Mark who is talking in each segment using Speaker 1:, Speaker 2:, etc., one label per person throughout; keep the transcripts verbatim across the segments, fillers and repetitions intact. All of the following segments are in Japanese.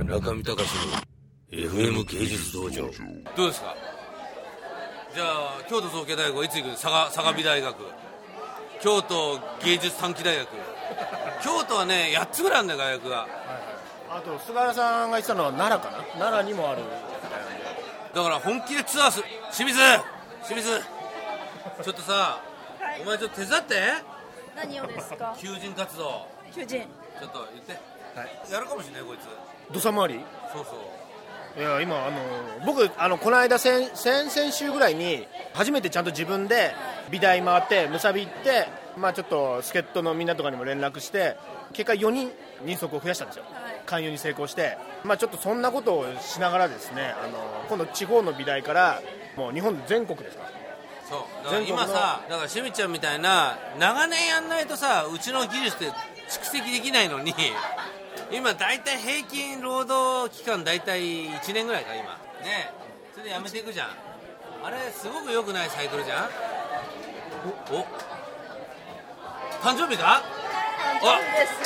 Speaker 1: 中見隆の エフエム 芸術道場。どうですか。じゃあ京都造形大学はいつ行く。佐賀、佐賀美大学、京都芸術短期大学。京都はねやっつぐらいあるんだよ大学が、はいはい、あと菅原さんが言ってたのは奈良かな。奈良にもあるみたいなんで、だから本気でツアーする。清水清水ちょっとさ、はい、お前ちょっと手伝って。
Speaker 2: 何をですか。
Speaker 1: 求人活動。
Speaker 2: 求人
Speaker 1: ちょっと言って、はい、やるかもしれないこいつ。
Speaker 3: 土佐回り。
Speaker 1: そうそう。
Speaker 3: いや今あの僕あのこの間先々週ぐらいに初めてちゃんと自分で美大回ってむさび行って、まあ、ちょっと助っ人のみんなとかにも連絡して結果よにん人足を増やしたんですよ、はい、勧誘に成功して、まあ、ちょっとそんなことをしながらですね、あの今度地方の美大からもう日本全国ですか。
Speaker 1: そうだから今さ、だからしみちゃんみたいな長年やんないとさうちの技術って蓄積できないのに今大体平均労働期間大体いちねんぐらいか今ね。それでやめていくじゃん。あれすごく良くないサイクルじゃん。おお誕生日か。
Speaker 2: 誕生日です。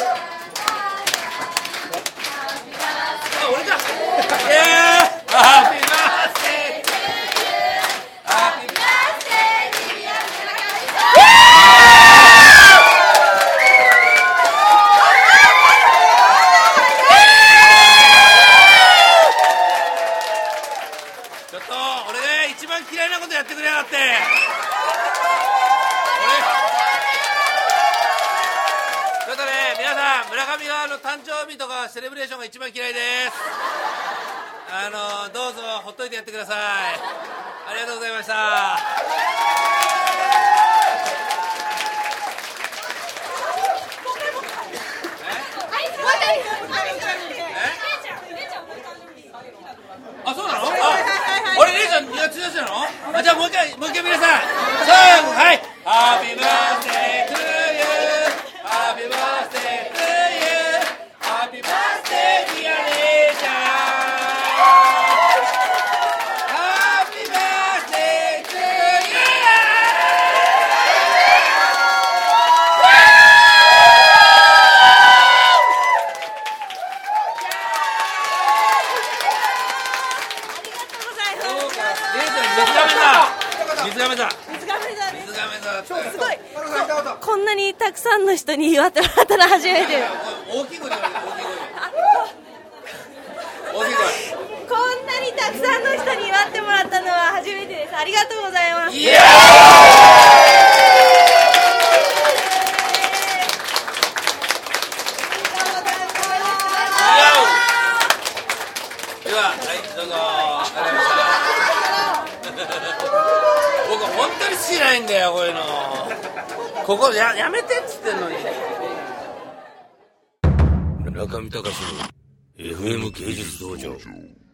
Speaker 1: あ俺か。イエーイハッピーバースデートゥーユーハッピーバースデートゥーユー。嫌いなことやってくれやがって。俺ちょっとね皆さん村上側の誕生日とかセレブレーションが一番嫌いです。あのどうぞほっといてやってください。ありがとうございました。あ、そうなの？あ、俺レイちゃんにがついちなの？あ、じゃあもう一回もう一回皆さん、さんはい。ハッピーバースデートゥーユー。ハッピーバースデートゥーユー。ハッピーバースデーディアレイちゃん。ハッピーバースデートゥーユー。水亀座水亀座水亀座
Speaker 2: すごい。こんなにたくさんの人に祝ってもらったの初めて。
Speaker 1: 大きい声で大きい声大きい声。
Speaker 2: こんなにたくさんの人に祝ってもらったのは初めてです。ありがとうございます。
Speaker 1: イエーイ。でははいどうぞ。ありがとうございました。僕本当に好きないんだよこういうの。ここ や, やめてっつってんのに。中見隆の エフエム 芸術道場。